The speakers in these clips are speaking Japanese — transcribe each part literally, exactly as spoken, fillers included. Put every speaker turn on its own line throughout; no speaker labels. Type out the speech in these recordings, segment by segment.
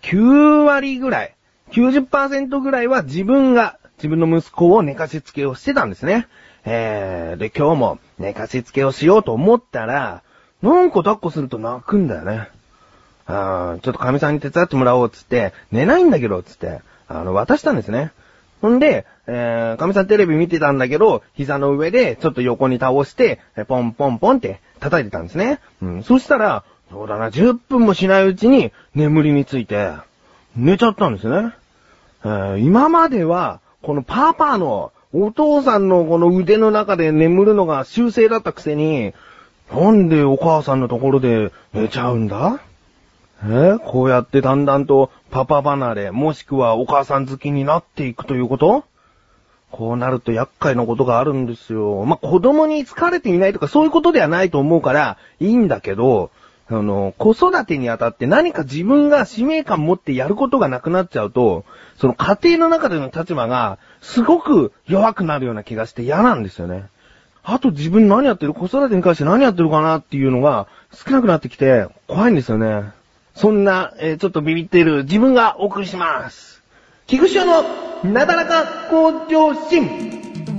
きゅうわりぐらい、きゅうじゅっパーセント ぐらいは自分が、自分の息子を寝かしつけをしてたんですね。えー、で、今日も寝かしつけをしようと思ったら、なんか抱っこすると泣くんだよね。あー、ちょっと神さんに手伝ってもらおうっつって、寝ないんだけど、つって、あの、渡したんですね。ほんで、えー、神さんテレビ見てたんだけど、膝の上でちょっと横に倒して、ポンポンポンって叩いてたんですね。うん、そしたら、そうだな、じゅっぷんもしないうちに眠りについて、寝ちゃったんですね。えー、今までは、このパパの、お父さんのこの腕の中で眠るのが習性だったくせに、なんでお母さんのところで寝ちゃうんだ？えー、こうやってだんだんとパパ離れ、もしくはお母さん好きになっていくということ？こうなると厄介なことがあるんですよ。まあ、子供に疲れていないとかそういうことではないと思うからいいんだけど、あの、子育てにあたって何か自分が使命感持ってやることがなくなっちゃうと、その家庭の中での立場がすごく弱くなるような気がして嫌なんですよね。あと自分何やってる？子育てに関して何やってるかなっていうのが少なくなってきて怖いんですよね。そんな、えー、ちょっとビビっている自分がお送りします。菊池のなだらか向上心。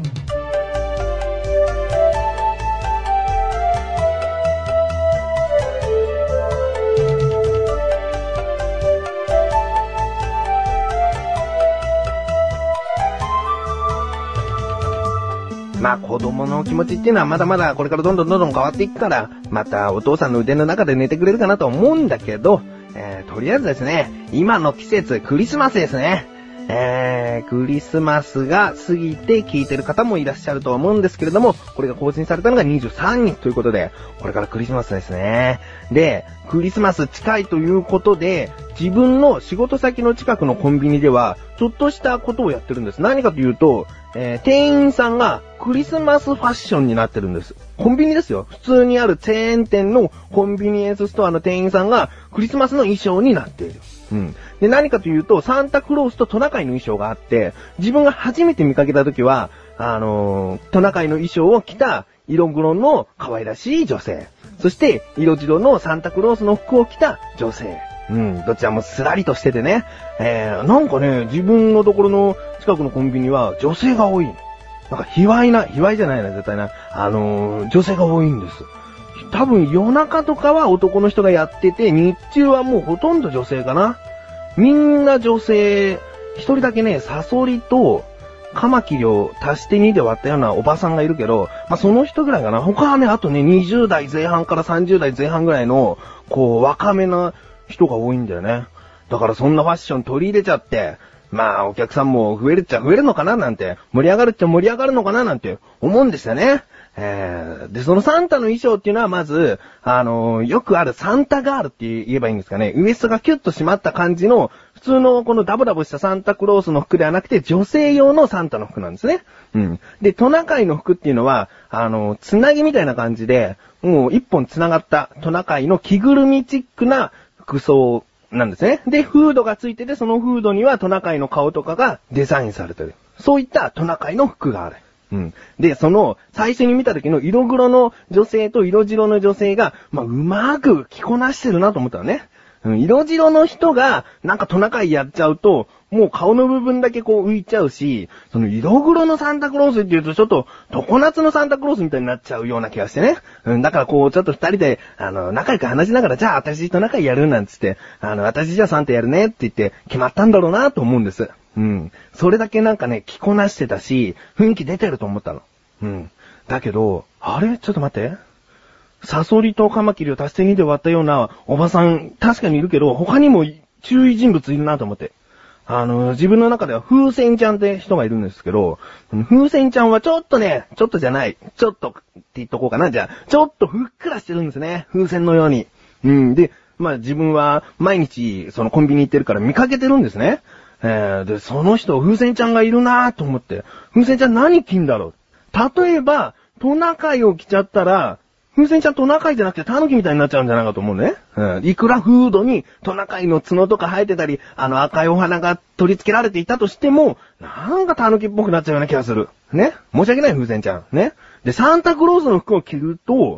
まあ子供の気持ちっていうのはまだまだこれからどんどんどんどん変わっていくから、またお父さんの腕の中で寝てくれるかなと思うんだけど、えー、とりあえずですね、今の季節クリスマスですね。えー、クリスマスが過ぎて聞いてる方もいらっしゃると思うんですけれども、これが更新されたのがにじゅうさんにちということで、これからクリスマスですね。で、クリスマス近いということで、自分の仕事先の近くのコンビニでは、ちょっとしたことをやってるんです。何かというと、えー、店員さんがクリスマスファッションになってるんです。コンビニですよ。普通にあるチェーン店のコンビニエンスストアの店員さんがクリスマスの衣装になっている。うん。で、何かというと、サンタクロースとトナカイの衣装があって、自分が初めて見かけたときは、あのー、トナカイの衣装を着た色黒の可愛らしい女性。そして、色白のサンタクロースの服を着た女性。うん、どちらもスラリとしててね。えー、なんかね、自分のところの近くのコンビニは女性が多い。なんか、卑猥な、卑猥じゃないな、絶対な。あのー、女性が多いんです。多分夜中とかは男の人がやってて、日中はもうほとんど女性かな。みんな女性、一人だけね、サソリとカマキリを足してにで割ったようなおばさんがいるけど、まあ、その人ぐらいかな。他はね、あとね、にじゅうだいぜん半からさんじゅうだいぜん半ぐらいの、こう、若めな人が多いんだよね。だからそんなファッション取り入れちゃって、まあ、お客さんも増えるっちゃ増えるのかななんて、盛り上がるっちゃ盛り上がるのかななんて思うんですよね。えー、で、そのサンタの衣装っていうのはまず、あのー、よくあるサンタガールって言えばいいんですかね。ウエストがキュッと締まった感じの、普通のこのダボダボしたサンタクロースの服ではなくて、女性用のサンタの服なんですね。うん。で、トナカイの服っていうのは、あのー、つなぎみたいな感じで、もう一本つながったトナカイの着ぐるみチックな服装なんですね。で、フードがついてて、そのフードにはトナカイの顔とかがデザインされてる。そういったトナカイの服がある。うん。で、その、最初に見た時の色黒の女性と色白の女性が、まあ、うまーく着こなしてるなと思ったのね。うん、色白の人が、なんかトナカイやっちゃうと、もう顔の部分だけこう浮いちゃうし、その色黒のサンタクロースって言うとちょっと、常夏のサンタクロースみたいになっちゃうような気がしてね。うん、だからこう、ちょっと二人で、あの、仲良く話しながら、じゃあ私トナカイやるなんつって、あの、私じゃあサンタやるねって言って決まったんだろうなと思うんです。うん。それだけなんかね、着こなしてたし、雰囲気出てると思ったの。うん。だけど、あれちょっと待って。サソリとカマキリを足してにで割ったようなおばさん、確かにいるけど、他にも注意人物いるなと思って。あの、自分の中では風船ちゃんって人がいるんですけど、風船ちゃんはちょっとね、ちょっとじゃない、ちょっとって言っとこうかな。じゃあ、ちょっとふっくらしてるんですね。風船のように。うん。で、まあ自分は毎日そのコンビニ行ってるから見かけてるんですね。えー、で、その人、風船ちゃんがいるなぁと思って、風船ちゃん何着んだろう。例えば、トナカイを着ちゃったら、風船ちゃんトナカイじゃなくてタヌキみたいになっちゃうんじゃないかと思うね。うん。いくらフードにトナカイの角とか生えてたり、あの赤いお花が取り付けられていたとしても、なんかタヌキっぽくなっちゃうような気がする。ね。申し訳ない風船ちゃん。ね。で、サンタクロースの服を着ると、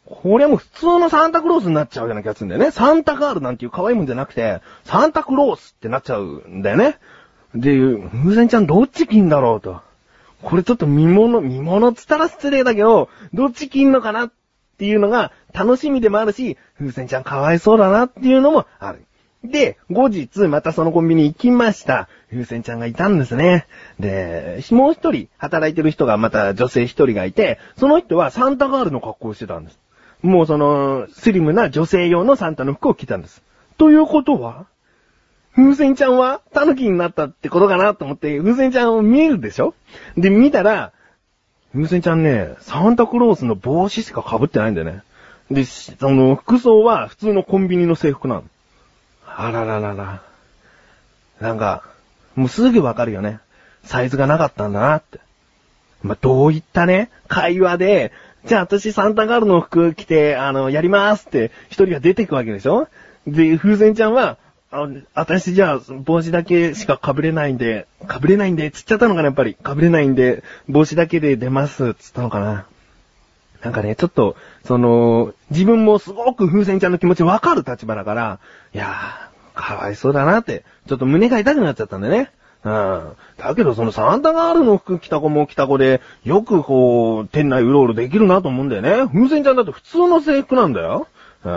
これはもう普通のサンタクロースになっちゃうような気がするんだよね。サンタガールなんていう可愛いもんじゃなくて、サンタクロースってなっちゃうんだよね。で、風船ちゃんどっち着んだろうと。これちょっと見物、見物っつったら失礼だけど、どっち着んのかなっていうのが楽しみでもあるし、風船ちゃんかわいそうだなっていうのもある。で、後日またそのコンビニ行きました。風船ちゃんがいたんですね。で、もう一人働いてる人がまた女性一人がいて、その人はサンタガールの格好をしてたんです。もうその、スリムな女性用のサンタの服を着たんです。ということは、風船ちゃんはタヌキになったってことかなと思って、風船ちゃんを見るでしょ？で、見たら、風船ちゃんね、サンタクロースの帽子しか被ってないんだよね。で、その服装は普通のコンビニの制服なの。あらららら。なんか、もうすぐわかるよね。サイズがなかったんだなって。まあ、どういったね、会話で、じゃあ私サンタガールの服着て、あの、やりますって一人が出てくわけでしょ？で、風船ちゃんは、あ、私じゃあ帽子だけしか被れないんで、被れないんで、つっちゃったのかなやっぱり。被れないんで、帽子だけで出ます、つったのかな。なんかね、ちょっと、その、自分もすごく風船ちゃんの気持ちわかる立場だから、いやー、かわいそうだなって、ちょっと胸が痛くなっちゃったんだよね。うん。だけどそのサンタガールの服着た子も着た子で、よくこう、店内うろうろできるなと思うんだよね。風船ちゃんだと普通の制服なんだよ。うん。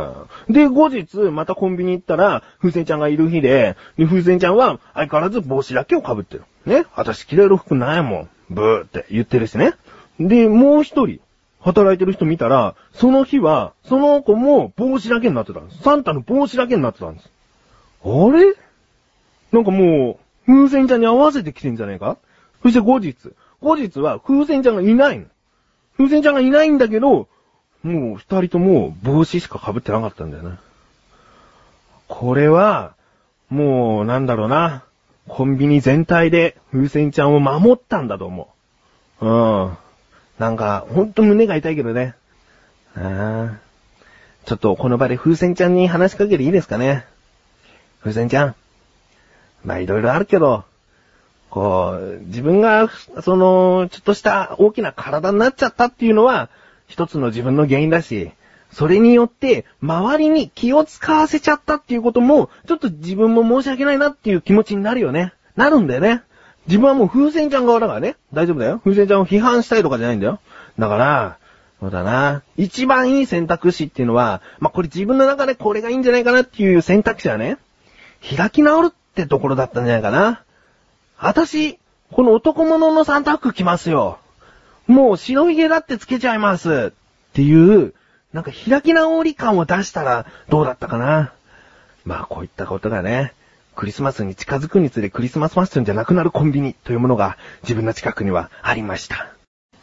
で、後日、またコンビニ行ったら、風船ちゃんがいる日で、で、風船ちゃんは相変わらず帽子だけを被ってる。ね。私着れる服ないもん。ブーって言ってるしね。で、もう一人、働いてる人見たら、その日は、その子も帽子だけになってたんです。サンタの帽子だけになってたんです。あれ？なんかもう、風船ちゃんに合わせて来てんじゃねえか？そして後日。後日は風船ちゃんがいないの。風船ちゃんがいないんだけど、もう二人とも帽子しか被ってなかったんだよね。これは、もうなんだろうな。コンビニ全体で風船ちゃんを守ったんだと思う。うん。なんか、ほんと胸が痛いけどね。ああ。ちょっとこの場で風船ちゃんに話しかけていいですかね。風船ちゃん。まあいろいろあるけど、こう、自分が、その、ちょっとした大きな体になっちゃったっていうのは、一つの自分の原因だし、それによって、周りに気を使わせちゃったっていうことも、ちょっと自分も申し訳ないなっていう気持ちになるよね。なるんだよね。自分はもう風船ちゃん側だからね。大丈夫だよ。風船ちゃんを批判したいとかじゃないんだよ。だから、そうだな。一番いい選択肢っていうのは、まあ、これ自分の中でこれがいいんじゃないかなっていう選択肢はね、開き直るってところだったんじゃないかな。私、この男物のサンタ服着ますよ。もう白ひげだってつけちゃいますっていう、なんか開き直り感を出したらどうだったかな。まあこういったことがね、クリスマスに近づくにつれクリスマスファッションじゃなくなるコンビニというものが自分の近くにはありました。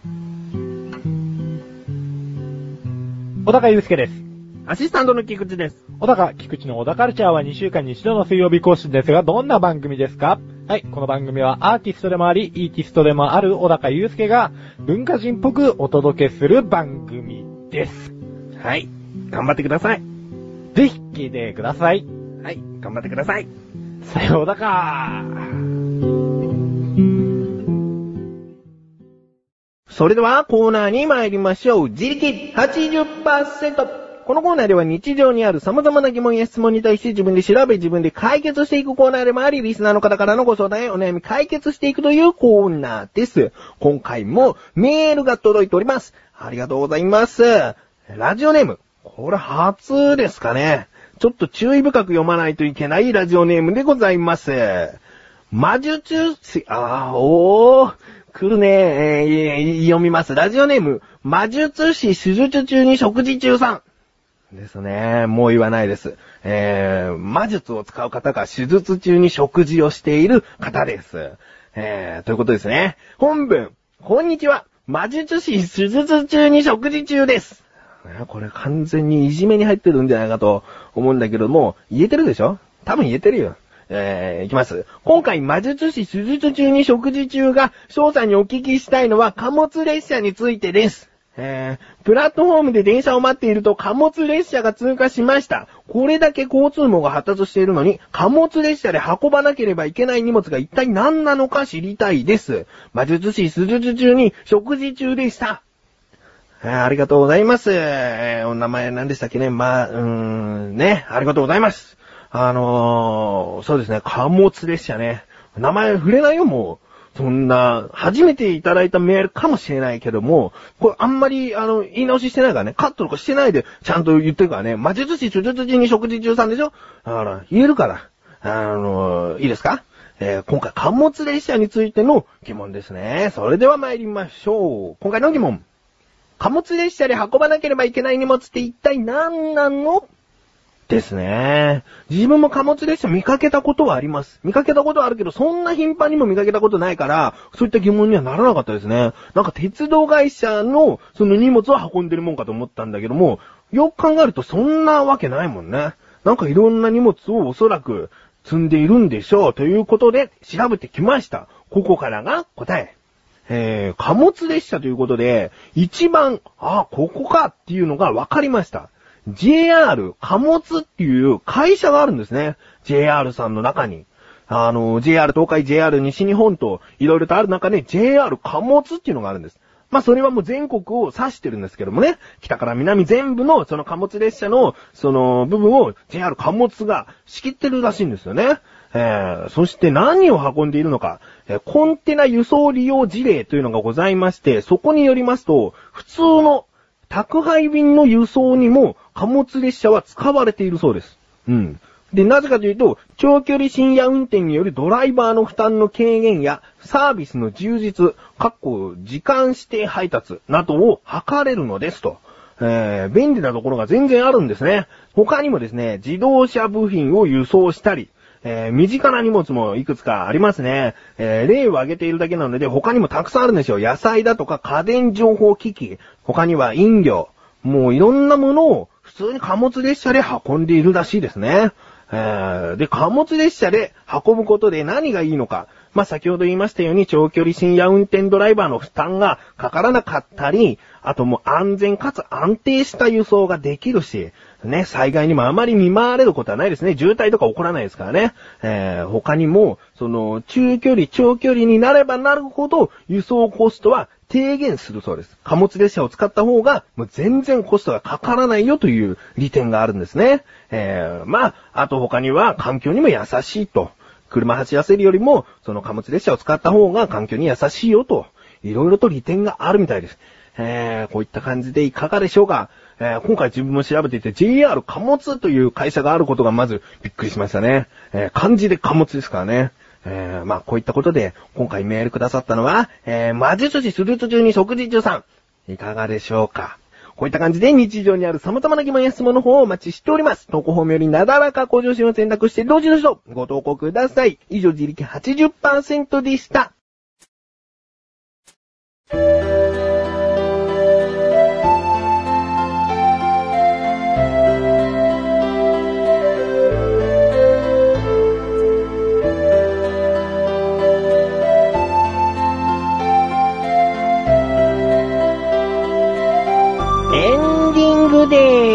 小高祐介です。
アシスタントの菊池です。
小高菊池の小高カルチャーはにしゅうかんに一度の水曜日更新ですが、どんな番組ですか？はい、この番組はアーティストでもあり、イーティストでもある小高祐介が文化人っぽくお届けする番組です。
はい、頑張ってください。
ぜひ聞いてください。
はい、頑張ってください。
さようだか
それではコーナーに参りましょう。自力 はちじゅっパーセント。このコーナーでは日常にある様々な疑問や質問に対して自分で調べ自分で解決していくコーナーでもあり、リスナーの方からのご相談やお悩み解決していくというコーナーです。今回もメールが届いております。ありがとうございます。ラジオネーム。これ初ですかね。ちょっと注意深く読まないといけないラジオネームでございます。魔術師、あー、おー。来るね、えー、読みます。ラジオネーム、魔術師手術中に食事中さん。ですね。もう言わないです。えー、魔術を使う方が手術中に食事をしている方です。えー、ということですね。本文、こんにちは。魔術師手術中に食事中です。これ完全にいじめに入ってるんじゃないかと思うんだけども、言えてるでしょ？多分言えてるよ。えー、いきます。今回魔術師手術中に食事中が翔さんにお聞きしたいのは貨物列車についてです。えー、プラットフォームで電車を待っていると貨物列車が通過しました。これだけ交通網が発達しているのに貨物列車で運ばなければいけない荷物が一体何なのか知りたいです。魔術師手術中に食事中でした。 えー、ありがとうございます。えー、お名前何でしたっけね。まあ、うーん、ね、ありがとうございます。あのー、そうですね、貨物列車ね。名前触れないよ、もう。そんな、初めていただいたメールかもしれないけども、これあんまり、あの、言い直ししてないからね、カットとかしてないで、ちゃんと言ってるからね、魔術師、手術師に食事中さんでしょ。だから、言えるから。あのー、いいですか？えー、今回、貨物列車についての疑問ですね。それでは参りましょう。今回の疑問。貨物列車で運ばなければいけない荷物って一体何なの？ですね。自分も貨物列車見かけたことはあります。見かけたことはあるけど、そんな頻繁にも見かけたことないから、そういった疑問にはならなかったですね。なんか鉄道会社のその荷物を運んでるもんかと思ったんだけども、よく考えるとそんなわけないもんね。なんかいろんな荷物をおそらく積んでいるんでしょう。ということで、調べてきました。ここからが答え。えー、貨物列車ということで、一番、あ、ここかっていうのが分かりました。ジェイアール 貨物っていう会社があるんですね。ジェイアール さんの中に。あの、ジェイアール 東海、ジェイアール 西日本といろいろとある中で ジェイアール 貨物っていうのがあるんです。まあそれはもう全国を指してるんですけどもね。北から南全部のその貨物列車のその部分を ジェイアール 貨物が仕切ってるらしいんですよね。えー、そして何を運んでいるのか、えー、コンテナ輸送利用事例というのがございまして、そこによりますと、普通の宅配便の輸送にも貨物列車は使われているそうです。うん。で、なぜかというと、長距離深夜運転によるドライバーの負担の軽減やサービスの充実、かっこ時間指定配達などを図れるのですと。えー、便利なところが全然あるんですね。他にもですね、自動車部品を輸送したり、えー、身近な荷物もいくつかありますね。えー、例を挙げているだけなので、他にもたくさんあるんですよ。野菜だとか家電情報機器、他には飲料、もういろんなものを普通に貨物列車で運んでいるらしいですね。えー、で、貨物列車で運ぶことで何がいいのか。まあ、先ほど言いましたように長距離深夜運転ドライバーの負担がかからなかったり、あともう安全かつ安定した輸送ができるし、ね、災害にもあまり見舞われることはないですね。渋滞とか起こらないですからね。えー、他にも、その、中距離、長距離になればなるほど、輸送コストは低減するそうです。貨物列車を使った方が、もう全然コストがかからないよという利点があるんですね。えー、まあ、あと他には環境にも優しいと。車走らせるよりも、その貨物列車を使った方が環境に優しいよと。いろいろと利点があるみたいです。えー、こういった感じでいかがでしょうか。えー、今回自分も調べていて ジェイアール 貨物という会社があることがまずびっくりしましたね。えー、漢字で貨物ですからね。えー、まあこういったことで今回メールくださったのは、えー、魔術師スルート中に食事中さん。いかがでしょうか。こういった感じで日常にある様々な疑問や質問の方をお待ちしております。投稿フォームよりなだらか向上心を選択してどしどしとご投稿ください。以上自力 はちじゅっパーセント でした。で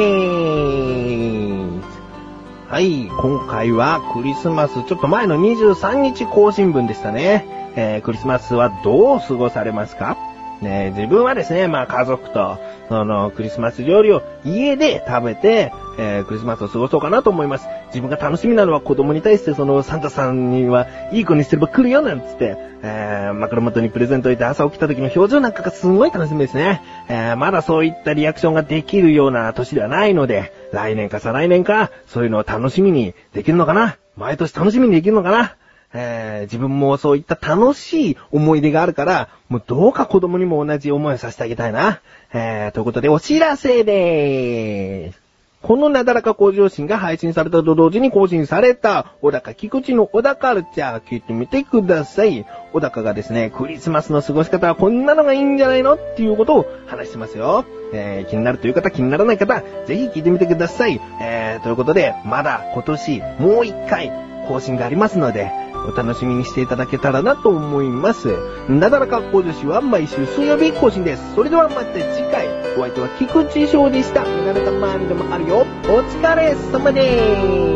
ーす。はい、今回はクリスマス、ちょっと前のにじゅうさんにち更新分でしたね。えー、クリスマスはどう過ごされますか？ね、自分はですね、まあ家族と、そのクリスマス料理を家で食べて、えー、クリスマスを過ごそうかなと思います。自分が楽しみなのは子供に対してそのサンタさんにはいい子にすれば来るよなんつって、えー、枕元にプレゼント置いて朝起きた時の表情なんかがすごい楽しみですね。えー、まだそういったリアクションができるような年ではないので、来年か再来年かそういうのを楽しみにできるのかな？毎年楽しみにできるのかな？えー、自分もそういった楽しい思い出があるから、もうどうか子供にも同じ思いをさせてあげたいな。えー、ということでお知らせでーす。このなだらか向上心が配信されたと同時に更新された小高菊池の小高カルチャー聞いてみてください。小高がですね、クリスマスの過ごし方はこんなのがいいんじゃないのっていうことを話してますよ。えー、気になるという方、気にならない方、ぜひ聞いてみてください。えー、ということで、まだ今年もう一回更新がありますので、お楽しみにしていただけたらなと思います。なだらか向上心は毎週水曜日更新です。それではまた次回、お相手は菊池翔でした。なだらかマンでもあるよ。お疲れ様でーす。